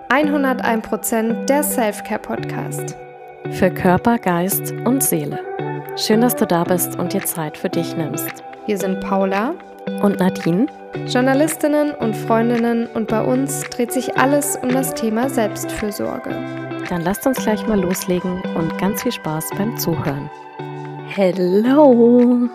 101% der Self-Care-Podcast. Für Körper, Geist und Seele. Schön, dass du da bist und dir Zeit für dich nimmst. Wir sind Paula und Nadine, Journalistinnen und Freundinnen, und bei uns dreht sich alles um das Thema Selbstfürsorge. Dann lasst uns gleich mal loslegen und ganz viel Spaß beim Zuhören. Hello!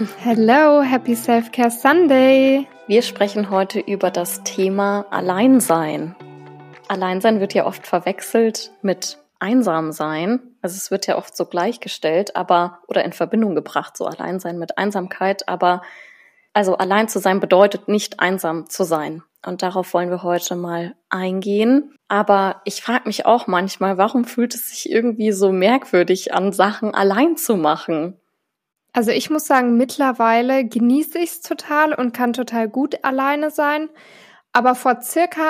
Hello, Happy Self-Care Sunday! Wir sprechen heute über das Thema Alleinsein. Alleinsein wird ja oft verwechselt mit Einsamsein. Also es wird ja oft so gleichgestellt, oder in Verbindung gebracht, so Alleinsein mit Einsamkeit. Aber also allein zu sein bedeutet nicht einsam zu sein. Und darauf wollen wir heute mal eingehen. Aber ich frage mich auch manchmal, warum fühlt es sich irgendwie so merkwürdig an, Sachen allein zu machen? Also ich muss sagen, mittlerweile genieße ich es total und kann total gut alleine sein. Aber vor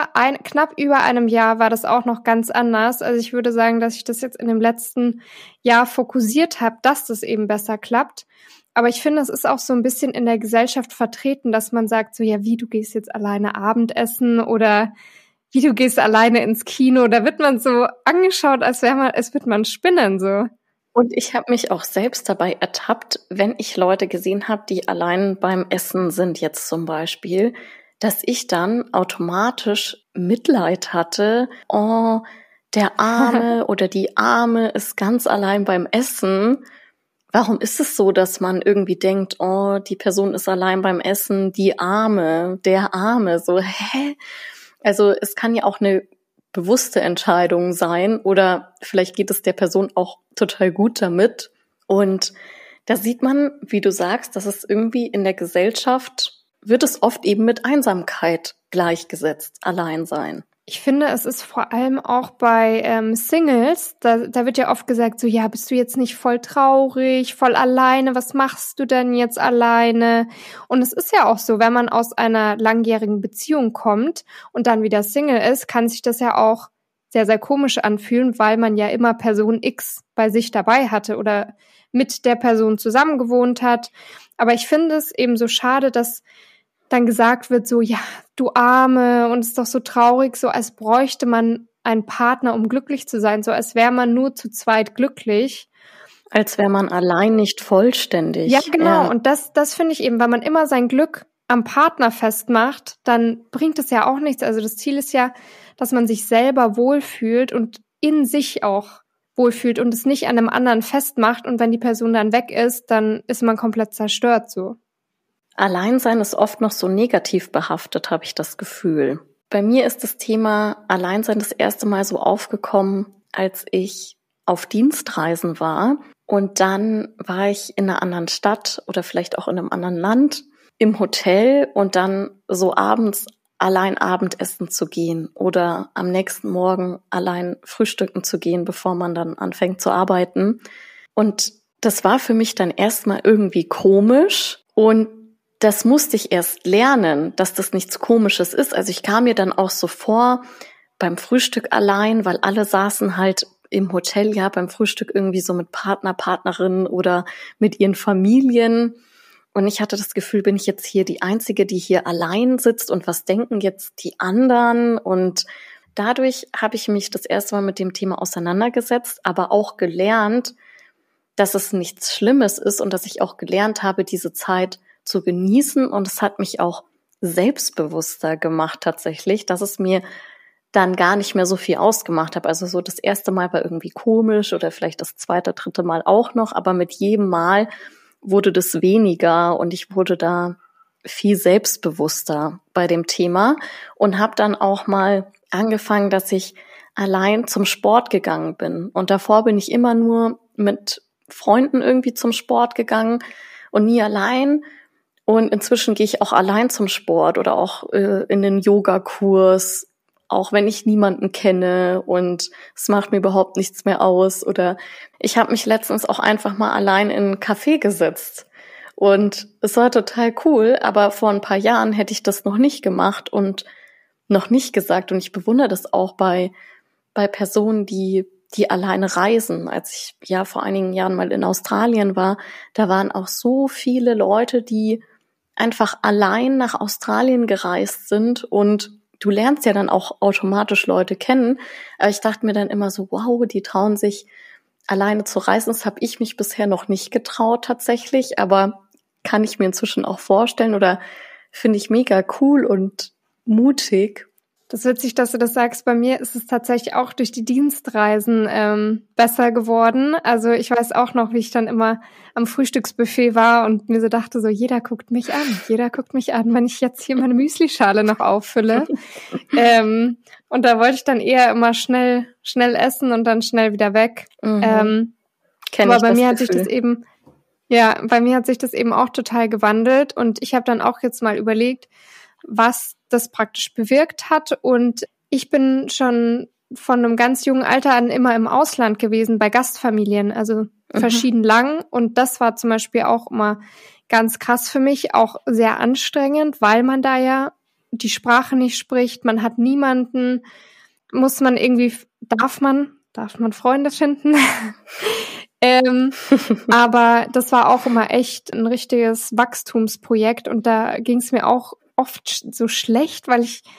knapp über einem Jahr war das auch noch ganz anders. Also ich würde sagen, dass ich das jetzt in dem letzten Jahr fokussiert habe, dass das eben besser klappt. Aber ich finde, es ist auch so ein bisschen in der Gesellschaft vertreten, dass man sagt so, ja, wie, du gehst jetzt alleine Abendessen oder wie, du gehst alleine ins Kino. Da wird man so angeschaut, als würde man spinnen so. Und ich habe mich auch selbst dabei ertappt, wenn ich Leute gesehen habe, die allein beim Essen sind jetzt zum Beispiel, dass ich dann automatisch Mitleid hatte. Oh, der Arme oder die Arme ist ganz allein beim Essen. Warum ist es so, dass man irgendwie denkt, oh, die Person ist allein beim Essen, die Arme, der Arme, so, hä? Also es kann ja auch eine bewusste Entscheidung sein oder vielleicht geht es der Person auch total gut damit. Und da sieht man, wie du sagst, dass es irgendwie in der Gesellschaft wird es oft eben mit Einsamkeit gleichgesetzt, Alleinsein. Ich finde, es ist vor allem auch bei Singles, da wird ja oft gesagt so, ja, bist du jetzt nicht voll traurig, voll alleine, was machst du denn jetzt alleine? Und es ist ja auch so, wenn man aus einer langjährigen Beziehung kommt und dann wieder Single ist, kann sich das ja auch sehr, sehr komisch anfühlen, weil man ja immer Person X bei sich dabei hatte oder mit der Person zusammengewohnt hat. Aber ich finde es eben so schade, dass dann gesagt wird so, ja, du Arme, und es ist doch so traurig, so als bräuchte man einen Partner, um glücklich zu sein, so als wäre man nur zu zweit glücklich. Als wäre man allein nicht vollständig. Ja, genau. Ja. Und das finde ich eben, weil man immer sein Glück am Partner festmacht, dann bringt es ja auch nichts. Also das Ziel ist ja, dass man sich selber wohlfühlt und in sich auch wohlfühlt und es nicht an einem anderen festmacht. Und wenn die Person dann weg ist, dann ist man komplett zerstört so. Alleinsein ist oft noch so negativ behaftet, habe ich das Gefühl. Bei mir ist das Thema Alleinsein das erste Mal so aufgekommen, als ich auf Dienstreisen war. Und dann war ich in einer anderen Stadt oder vielleicht auch in einem anderen Land im Hotel und dann so abends allein Abendessen zu gehen oder am nächsten Morgen allein frühstücken zu gehen, bevor man dann anfängt zu arbeiten. Und das war für mich dann erstmal irgendwie komisch und das musste ich erst lernen, dass das nichts Komisches ist. Also ich kam mir dann auch so vor beim Frühstück allein, weil alle saßen halt im Hotel ja beim Frühstück irgendwie so mit Partner, Partnerinnen oder mit ihren Familien. Und ich hatte das Gefühl, bin ich jetzt hier die Einzige, die hier allein sitzt und was denken jetzt die anderen? Und dadurch habe ich mich das erste Mal mit dem Thema auseinandergesetzt, aber auch gelernt, dass es nichts Schlimmes ist und dass ich auch gelernt habe, diese Zeit zu genießen, und es hat mich auch selbstbewusster gemacht tatsächlich, dass es mir dann gar nicht mehr so viel ausgemacht hat. Also so das erste Mal war irgendwie komisch oder vielleicht das zweite, dritte Mal auch noch, aber mit jedem Mal wurde das weniger und ich wurde da viel selbstbewusster bei dem Thema und habe dann auch mal angefangen, dass ich allein zum Sport gegangen bin. Und davor bin ich immer nur mit Freunden irgendwie zum Sport gegangen und nie allein. Und inzwischen gehe ich auch allein zum Sport oder auch in den Yogakurs, auch wenn ich niemanden kenne und es macht mir überhaupt nichts mehr aus. Oder ich habe mich letztens auch einfach mal allein in ein Café gesetzt und es war total cool, aber vor ein paar Jahren hätte ich das noch nicht gemacht und noch nicht gesagt. Und ich bewundere das auch bei Personen, die alleine reisen. Als ich ja vor einigen Jahren mal in Australien war, da waren auch so viele Leute, die einfach allein nach Australien gereist sind und du lernst ja dann auch automatisch Leute kennen. Aber ich dachte mir dann immer so, wow, die trauen sich alleine zu reisen. Das habe ich mich bisher noch nicht getraut tatsächlich, aber kann ich mir inzwischen auch vorstellen oder finde ich mega cool und mutig. Das ist witzig, dass du das sagst. Bei mir ist es tatsächlich auch durch die Dienstreisen besser geworden. Also ich weiß auch noch, wie ich dann immer am Frühstücksbuffet war und mir so dachte, so jeder guckt mich an, wenn ich jetzt hier meine Müslischale noch auffülle. Und da wollte ich dann eher immer schnell essen und dann schnell wieder weg. Kenn aber ich bei das mir hat Gefühl. sich das eben, ja, bei mir hat sich das eben auch total gewandelt und ich habe dann auch jetzt mal überlegt, was das praktisch bewirkt hat. Und ich bin schon von einem ganz jungen Alter an immer im Ausland gewesen, bei Gastfamilien, also verschieden lang. Und das war zum Beispiel auch immer ganz krass für mich, auch sehr anstrengend, weil man da ja die Sprache nicht spricht, man hat niemanden, muss man irgendwie, darf man Freunde finden? Aber das war auch immer echt ein richtiges Wachstumsprojekt und da ging es mir auch oft so schlecht, weil ich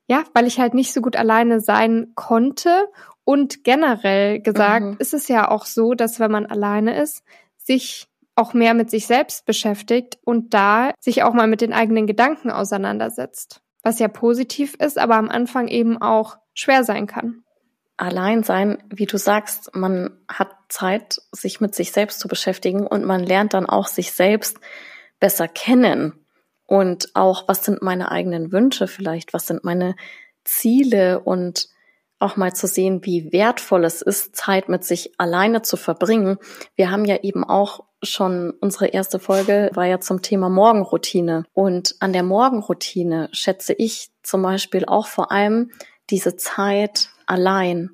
halt nicht so gut alleine sein konnte. Und generell gesagt, ist es ja auch so, dass wenn man alleine ist, sich auch mehr mit sich selbst beschäftigt und da sich auch mal mit den eigenen Gedanken auseinandersetzt. Was ja positiv ist, aber am Anfang eben auch schwer sein kann. Allein sein, wie du sagst, man hat Zeit, sich mit sich selbst zu beschäftigen und man lernt dann auch sich selbst besser kennen. Und auch, was sind meine eigenen Wünsche vielleicht, was sind meine Ziele und auch mal zu sehen, wie wertvoll es ist, Zeit mit sich alleine zu verbringen. Wir haben ja eben auch schon, unsere erste Folge war ja zum Thema Morgenroutine. Und an der Morgenroutine schätze ich zum Beispiel auch vor allem diese Zeit allein.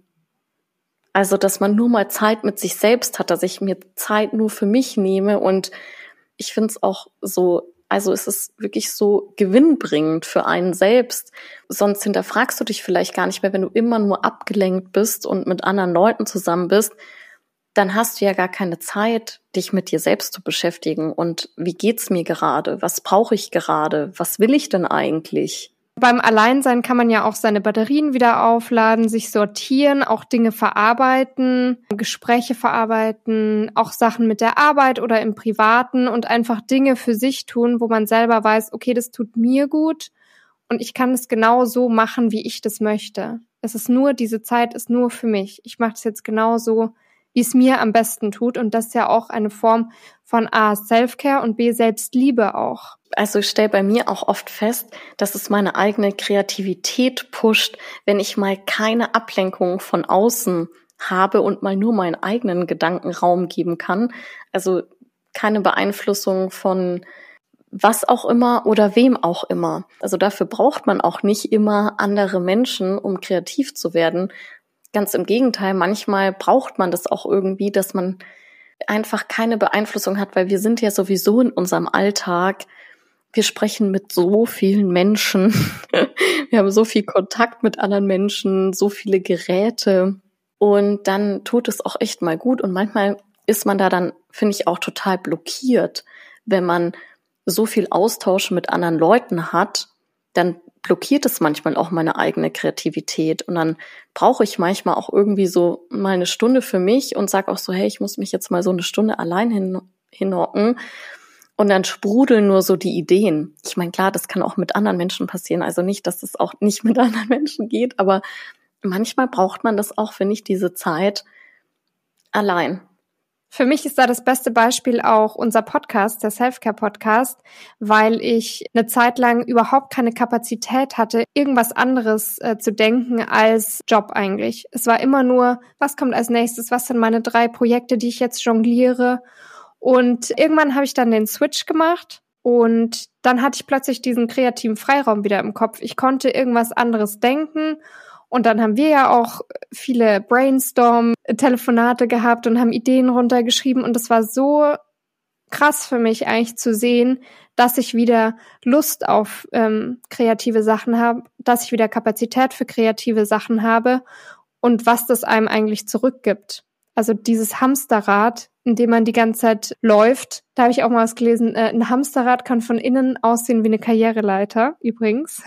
Also, dass man nur mal Zeit mit sich selbst hat, dass ich mir Zeit nur für mich nehme und ich finde es auch so, also es ist wirklich so gewinnbringend für einen selbst. Sonst hinterfragst du dich vielleicht gar nicht mehr, wenn du immer nur abgelenkt bist und mit anderen Leuten zusammen bist, dann hast du ja gar keine Zeit, dich mit dir selbst zu beschäftigen. Und wie geht's mir gerade? Was brauche ich gerade? Was will ich denn eigentlich? Beim Alleinsein kann man ja auch seine Batterien wieder aufladen, sich sortieren, auch Dinge verarbeiten, Gespräche verarbeiten, auch Sachen mit der Arbeit oder im Privaten und einfach Dinge für sich tun, wo man selber weiß, okay, das tut mir gut und ich kann es genau so machen, wie ich das möchte. Diese Zeit ist nur für mich. Ich mache das jetzt genau so, wie es mir am besten tut und das ist ja auch eine Form von A, Self-Care und B, Selbstliebe auch. Also ich stelle bei mir auch oft fest, dass es meine eigene Kreativität pusht, wenn ich mal keine Ablenkung von außen habe und mal nur meinen eigenen Gedankenraum geben kann. Also keine Beeinflussung von was auch immer oder wem auch immer. Also dafür braucht man auch nicht immer andere Menschen, um kreativ zu werden. Ganz im Gegenteil, manchmal braucht man das auch irgendwie, dass man einfach keine Beeinflussung hat, weil wir sind ja sowieso in unserem Alltag. Wir sprechen mit so vielen Menschen. Wir haben so viel Kontakt mit anderen Menschen, so viele Geräte. Und dann tut es auch echt mal gut. Und manchmal ist man da dann, finde ich, auch total blockiert. Wenn man so viel Austausch mit anderen Leuten hat, dann blockiert es manchmal auch meine eigene Kreativität. Und dann brauche ich manchmal auch irgendwie so mal eine Stunde für mich und sage auch so, hey, ich muss mich jetzt mal so eine Stunde allein hinhocken. Und dann sprudeln nur so die Ideen. Ich meine, klar, das kann auch mit anderen Menschen passieren. Also nicht, dass es auch nicht mit anderen Menschen geht, aber manchmal braucht man das auch, finde ich, diese Zeit allein. Für mich ist da das beste Beispiel auch unser Podcast, der Selfcare-Podcast, weil ich eine Zeit lang überhaupt keine Kapazität hatte, irgendwas anderes zu denken als Job eigentlich. Es war immer nur, was kommt als nächstes, was sind meine 3 Projekte, die ich jetzt jongliere. Und irgendwann habe ich dann den Switch gemacht und dann hatte ich plötzlich diesen kreativen Freiraum wieder im Kopf. Ich konnte irgendwas anderes denken und dann haben wir ja auch viele Brainstorm-Telefonate gehabt und haben Ideen runtergeschrieben und das war so krass für mich eigentlich zu sehen, dass ich wieder Lust auf kreative Sachen habe, dass ich wieder Kapazität für kreative Sachen habe und was das einem eigentlich zurückgibt. Also dieses Hamsterrad, in dem man die ganze Zeit läuft. Da habe ich auch mal was gelesen. Ein Hamsterrad kann von innen aussehen wie eine Karriereleiter, übrigens.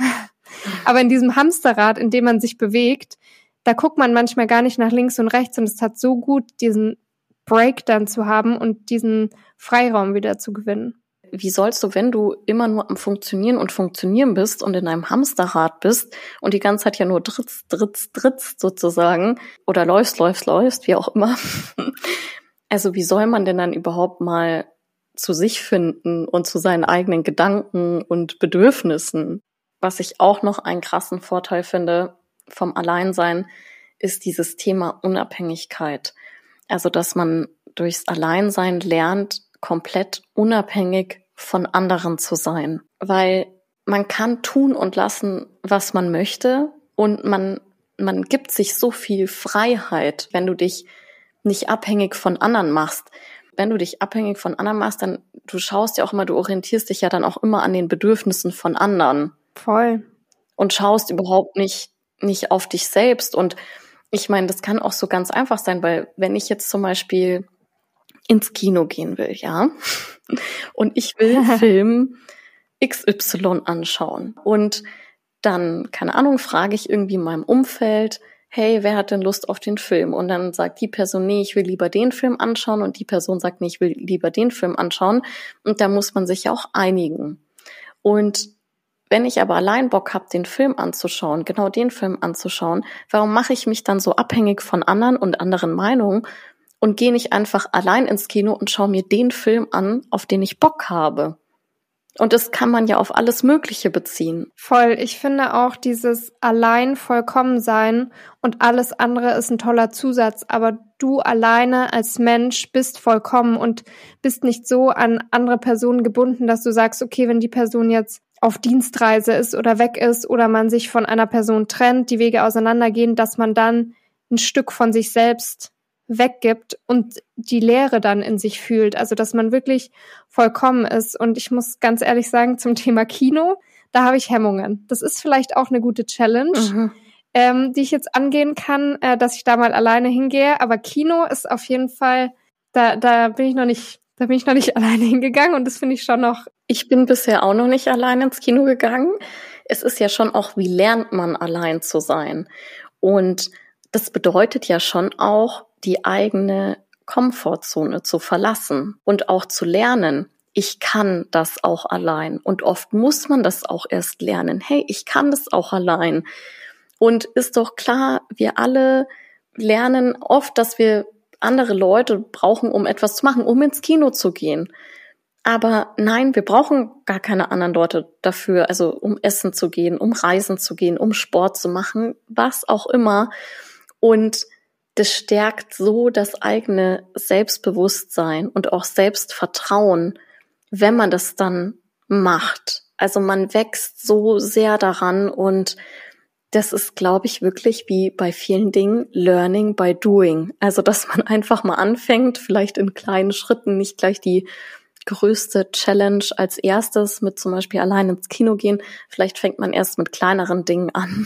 Aber in diesem Hamsterrad, in dem man sich bewegt, da guckt man manchmal gar nicht nach links und rechts und es hat so gut, diesen Break dann zu haben und diesen Freiraum wieder zu gewinnen. Wie sollst du, wenn du immer nur am Funktionieren und Funktionieren bist und in einem Hamsterrad bist und die ganze Zeit ja nur dritzt sozusagen oder läufst, wie auch immer. Also wie soll man denn dann überhaupt mal zu sich finden und zu seinen eigenen Gedanken und Bedürfnissen? Was ich auch noch einen krassen Vorteil finde vom Alleinsein, ist dieses Thema Unabhängigkeit. Also dass man durchs Alleinsein lernt, komplett unabhängig von anderen zu sein. Weil man kann tun und lassen, was man möchte und man gibt sich so viel Freiheit, wenn du dich nicht abhängig von anderen machst. Wenn du dich abhängig von anderen machst, dann du schaust ja auch immer, du orientierst dich ja dann auch immer an den Bedürfnissen von anderen. Voll. Und schaust überhaupt nicht auf dich selbst. Und ich meine, das kann auch so ganz einfach sein, weil wenn ich jetzt zum Beispiel ins Kino gehen will, ja, und ich will Film XY anschauen und dann, keine Ahnung, frage ich irgendwie in meinem Umfeld, hey, wer hat denn Lust auf den Film? Und dann sagt die Person, nee, ich will lieber den Film anschauen und die Person sagt, nee, ich will lieber den Film anschauen und da muss man sich ja auch einigen. Und wenn ich aber allein Bock habe, den Film anzuschauen, genau den Film anzuschauen, warum mache ich mich dann so abhängig von anderen und anderen Meinungen und gehe nicht einfach allein ins Kino und schaue mir den Film an, auf den ich Bock habe? Und das kann man ja auf alles Mögliche beziehen. Voll. Ich finde auch dieses allein vollkommen sein und alles andere ist ein toller Zusatz, aber du alleine als Mensch bist vollkommen und bist nicht so an andere Personen gebunden, dass du sagst, okay, wenn die Person jetzt auf Dienstreise ist oder weg ist oder man sich von einer Person trennt, die Wege auseinandergehen, dass man dann ein Stück von sich selbst weggibt und die Leere dann in sich fühlt. Also, dass man wirklich vollkommen ist. Und ich muss ganz ehrlich sagen, zum Thema Kino, da habe ich Hemmungen. Das ist vielleicht auch eine gute Challenge, die ich jetzt angehen kann, dass ich da mal alleine hingehe. Aber Kino ist auf jeden Fall, da bin ich noch nicht alleine hingegangen und das finde ich schon noch. Ich bin bisher auch noch nicht allein ins Kino gegangen. Es ist ja schon auch, wie lernt man allein zu sein? Und das bedeutet ja schon auch, die eigene Komfortzone zu verlassen und auch zu lernen, ich kann das auch allein. Und oft muss man das auch erst lernen. Hey, ich kann das auch allein. Und ist doch klar, wir alle lernen oft, dass wir andere Leute brauchen, um etwas zu machen, um ins Kino zu gehen. Aber nein, wir brauchen gar keine anderen Leute dafür, also um essen zu gehen, um reisen zu gehen, um Sport zu machen, was auch immer. Und das stärkt so das eigene Selbstbewusstsein und auch Selbstvertrauen, wenn man das dann macht. Also man wächst so sehr daran und das ist, glaube ich, wirklich wie bei vielen Dingen Learning by Doing. Also dass man einfach mal anfängt, vielleicht in kleinen Schritten, nicht gleich die größte Challenge als erstes mit zum Beispiel allein ins Kino gehen. Vielleicht fängt man erst mit kleineren Dingen an,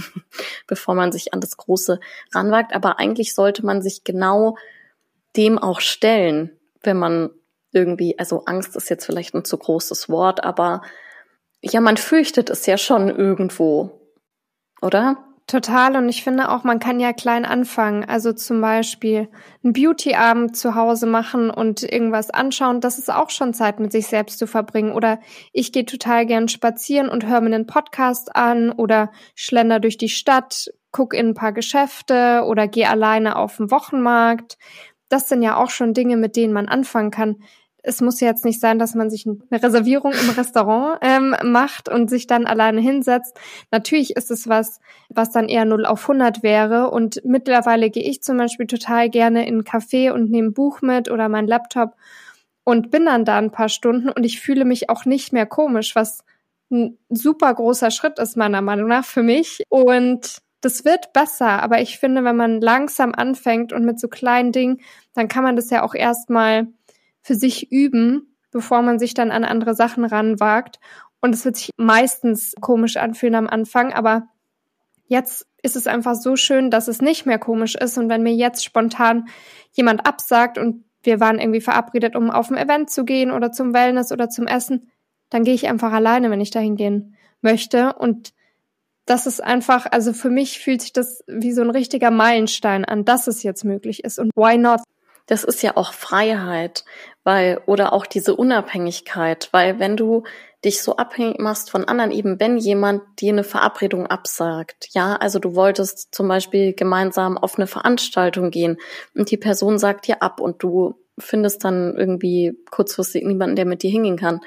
bevor man sich an das Große ranwagt. Aber eigentlich sollte man sich genau dem auch stellen, wenn man irgendwie, also Angst ist jetzt vielleicht ein zu großes Wort, aber ja, man fürchtet es ja schon irgendwo, oder? Total, und ich finde auch, man kann ja klein anfangen. Also zum Beispiel einen Beauty-Abend zu Hause machen und irgendwas anschauen. Das ist auch schon Zeit, mit sich selbst zu verbringen. Oder ich gehe total gern spazieren und höre mir einen Podcast an oder schlender durch die Stadt, guck in ein paar Geschäfte oder gehe alleine auf den Wochenmarkt. Das sind ja auch schon Dinge, mit denen man anfangen kann. Es muss ja jetzt nicht sein, dass man sich eine Reservierung im Restaurant macht und sich dann alleine hinsetzt. Natürlich ist es was dann eher 0 auf 100 wäre. Und mittlerweile gehe ich zum Beispiel total gerne in ein Café und nehme ein Buch mit oder meinen Laptop und bin dann da ein paar Stunden und ich fühle mich auch nicht mehr komisch, was ein super großer Schritt ist meiner Meinung nach für mich. Und das wird besser. Aber ich finde, wenn man langsam anfängt und mit so kleinen Dingen, dann kann man das ja auch erstmal für sich üben, bevor man sich dann an andere Sachen ranwagt. Und es wird sich meistens komisch anfühlen am Anfang, aber jetzt ist es einfach so schön, dass es nicht mehr komisch ist. Und wenn mir jetzt spontan jemand absagt und wir waren irgendwie verabredet, um auf ein Event zu gehen oder zum Wellness oder zum Essen, dann gehe ich einfach alleine, wenn ich dahin gehen möchte. Und das ist einfach, also für mich fühlt sich das wie so ein richtiger Meilenstein an, dass es jetzt möglich ist und why not? Das ist ja auch Freiheit, oder auch diese Unabhängigkeit, weil wenn du dich so abhängig machst von anderen, eben wenn jemand dir eine Verabredung absagt, ja, also du wolltest zum Beispiel gemeinsam auf eine Veranstaltung gehen und die Person sagt dir ab und du findest dann irgendwie kurzfristig niemanden, der mit dir hingehen kann.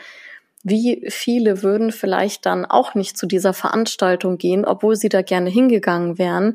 Wie viele würden vielleicht dann auch nicht zu dieser Veranstaltung gehen, obwohl sie da gerne hingegangen wären,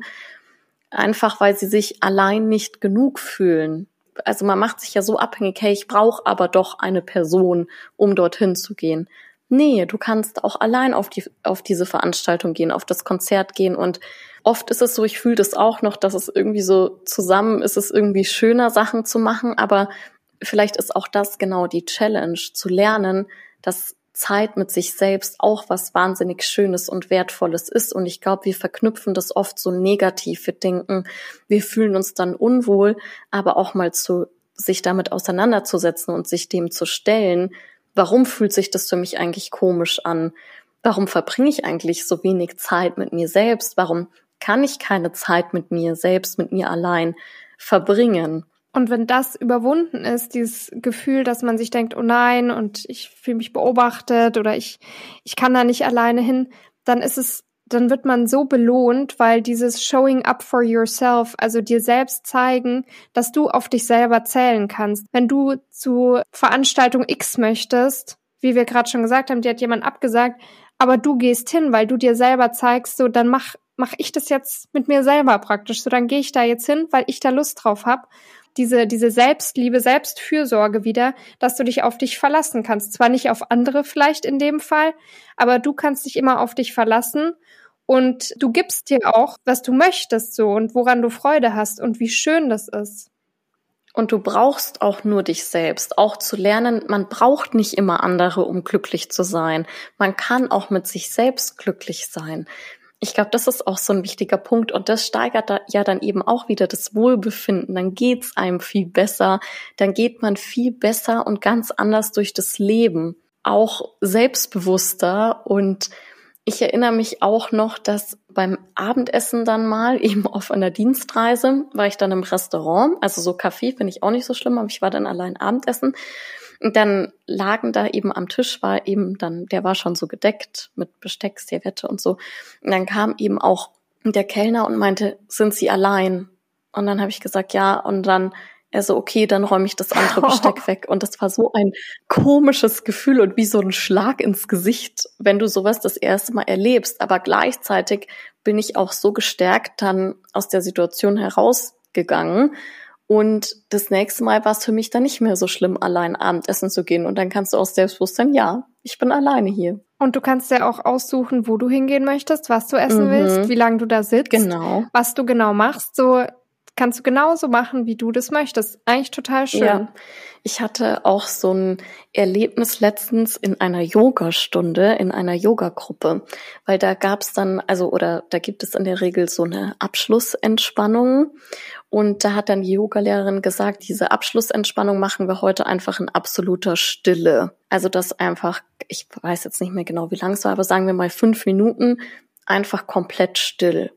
einfach weil sie sich allein nicht genug fühlen? Also man macht sich ja so abhängig, hey, ich brauche aber doch eine Person, um dorthin zu gehen. Nee, du kannst auch allein auf diese Veranstaltung gehen, auf das Konzert gehen. Und oft ist es so, ich fühle das auch noch, dass es irgendwie so zusammen ist, es irgendwie schöner, Sachen zu machen. Aber vielleicht ist auch das genau die Challenge, zu lernen, dass Zeit mit sich selbst auch was wahnsinnig Schönes und Wertvolles ist. Und ich glaube, wir verknüpfen das oft so negativ. Wir denken, wir fühlen uns dann unwohl, aber auch mal sich damit auseinanderzusetzen und sich dem zu stellen, warum fühlt sich das für mich eigentlich komisch an? Warum verbringe ich eigentlich so wenig Zeit mit mir selbst? Warum kann ich keine Zeit mit mir selbst, mit mir allein verbringen? Und wenn das überwunden ist, dieses Gefühl, dass man sich denkt, oh nein, und ich fühle mich beobachtet oder ich kann da nicht alleine hin, dann wird man so belohnt, weil dieses Showing up for yourself, also dir selbst zeigen, dass du auf dich selber zählen kannst. Wenn du zu Veranstaltung X möchtest, wie wir gerade schon gesagt haben, die hat jemand abgesagt, aber du gehst hin, weil du dir selber zeigst, so dann mach ich das jetzt mit mir selber praktisch, so dann gehe ich da jetzt hin, weil ich da Lust drauf habe. Diese Selbstliebe, Selbstfürsorge wieder, dass du dich auf dich verlassen kannst. Zwar nicht auf andere vielleicht in dem Fall, aber du kannst dich immer auf dich verlassen und du gibst dir auch, was du möchtest so und woran du Freude hast und wie schön das ist. Und du brauchst auch nur dich selbst, auch zu lernen, man braucht nicht immer andere, um glücklich zu sein. Man kann auch mit sich selbst glücklich sein. Ich glaube, das ist auch so ein wichtiger Punkt und das steigert ja dann eben auch wieder das Wohlbefinden. Dann geht's einem viel besser, dann geht man viel besser und ganz anders durch das Leben, auch selbstbewusster. Und ich erinnere mich auch noch, dass beim Abendessen dann mal, eben auf einer Dienstreise, war ich dann im Restaurant, also so Kaffee finde ich auch nicht so schlimm, aber ich war dann allein Abendessen. Und dann lagen da eben am Tisch, der war schon so gedeckt mit Besteck, Serviette und so. Und dann kam eben auch der Kellner und meinte, sind Sie allein? Und dann habe ich gesagt, ja. Und dann er so, okay, dann räume ich das andere Besteck weg. Und das war so ein komisches Gefühl und wie so ein Schlag ins Gesicht, wenn du sowas das erste Mal erlebst. Aber gleichzeitig bin ich auch so gestärkt dann aus der Situation herausgegangen. Und das nächste Mal war es für mich dann nicht mehr so schlimm, allein Abendessen zu gehen. Und dann kannst du auch selbstbewusst sein, ja, ich bin alleine hier. Und du kannst ja auch aussuchen, wo du hingehen möchtest, was du essen willst, wie lange du da sitzt, was du genau machst. So kannst du genauso machen, wie du das möchtest. Eigentlich total schön. Ja. Ich hatte auch so ein Erlebnis letztens in einer Yogastunde, in einer Yogagruppe, weil da gab's dann, da gibt es in der Regel so eine Abschlussentspannung und da hat dann die Yogalehrerin gesagt, diese Abschlussentspannung machen wir heute einfach in absoluter Stille. Also das einfach, ich weiß jetzt nicht mehr genau, wie lang es war, aber sagen wir mal 5 Minuten, einfach komplett still.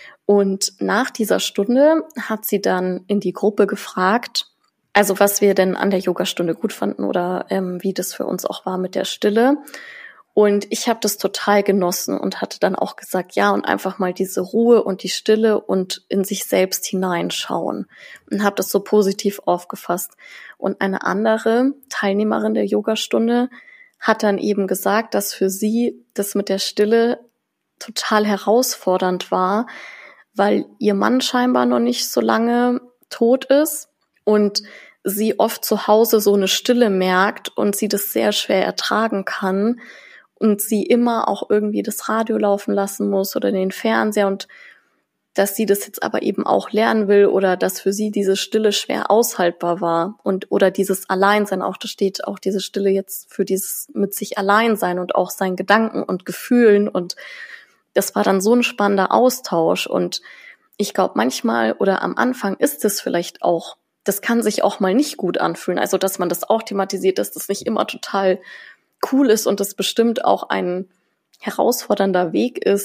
Und nach dieser Stunde hat sie dann in die Gruppe gefragt, also was wir denn an der Yogastunde gut fanden oder wie das für uns auch war mit der Stille. Und ich habe das total genossen und hatte dann auch gesagt, ja, und einfach mal diese Ruhe und die Stille und in sich selbst hineinschauen. Und habe das so positiv aufgefasst. Und eine andere Teilnehmerin der Yogastunde hat dann eben gesagt, dass für sie das mit der Stille total herausfordernd war, weil ihr Mann scheinbar noch nicht so lange tot ist und sie oft zu Hause so eine Stille merkt und sie das sehr schwer ertragen kann und sie immer auch irgendwie das Radio laufen lassen muss oder den Fernseher und dass sie das jetzt aber eben auch lernen will oder dass für sie diese Stille schwer aushaltbar war oder dieses Alleinsein auch, da steht auch diese Stille jetzt für dieses mit sich allein sein und auch seinen Gedanken und Gefühlen und das war dann so ein spannender Austausch und ich glaube manchmal oder am Anfang ist es vielleicht auch, das kann sich auch mal nicht gut anfühlen, also dass man das auch thematisiert, dass das nicht immer total cool ist und das bestimmt auch ein herausfordernder Weg ist,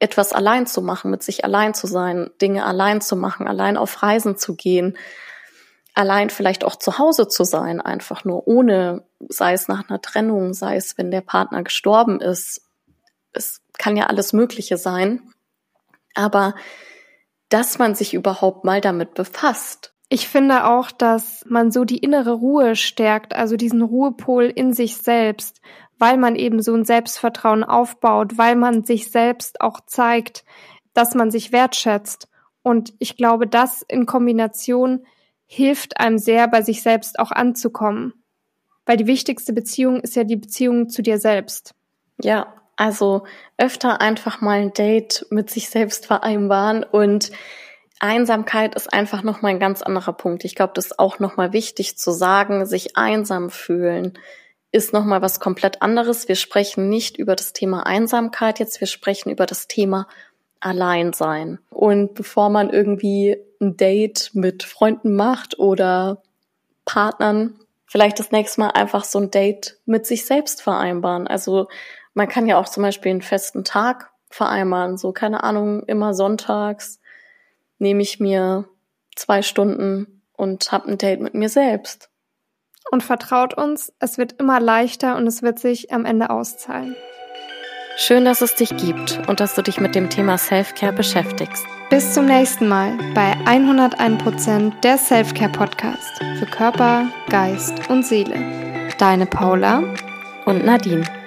etwas allein zu machen, mit sich allein zu sein, Dinge allein zu machen, allein auf Reisen zu gehen, allein vielleicht auch zu Hause zu sein, einfach nur ohne, sei es nach einer Trennung, sei es, wenn der Partner gestorben ist. Es kann ja alles Mögliche sein. Aber dass man sich überhaupt mal damit befasst. Ich finde auch, dass man so die innere Ruhe stärkt, also diesen Ruhepol in sich selbst, weil man eben so ein Selbstvertrauen aufbaut, weil man sich selbst auch zeigt, dass man sich wertschätzt. Und ich glaube, das in Kombination hilft einem sehr, bei sich selbst auch anzukommen. Weil die wichtigste Beziehung ist ja die Beziehung zu dir selbst. Ja, also öfter einfach mal ein Date mit sich selbst vereinbaren, und Einsamkeit ist einfach nochmal ein ganz anderer Punkt. Ich glaube, das ist auch nochmal wichtig zu sagen, sich einsam fühlen ist nochmal was komplett anderes. Wir sprechen nicht über das Thema Einsamkeit jetzt, wir sprechen über das Thema Alleinsein. Und bevor man irgendwie ein Date mit Freunden macht oder Partnern, vielleicht das nächste Mal einfach so ein Date mit sich selbst vereinbaren. Also man kann ja auch zum Beispiel einen festen Tag vereinbaren, so keine Ahnung, immer sonntags nehme ich mir 2 Stunden und habe ein Date mit mir selbst. Und vertraut uns, es wird immer leichter und es wird sich am Ende auszahlen. Schön, dass es dich gibt und dass du dich mit dem Thema Self-Care beschäftigst. Bis zum nächsten Mal bei 101% der Self-Care-Podcast für Körper, Geist und Seele. Deine Paula und Nadine.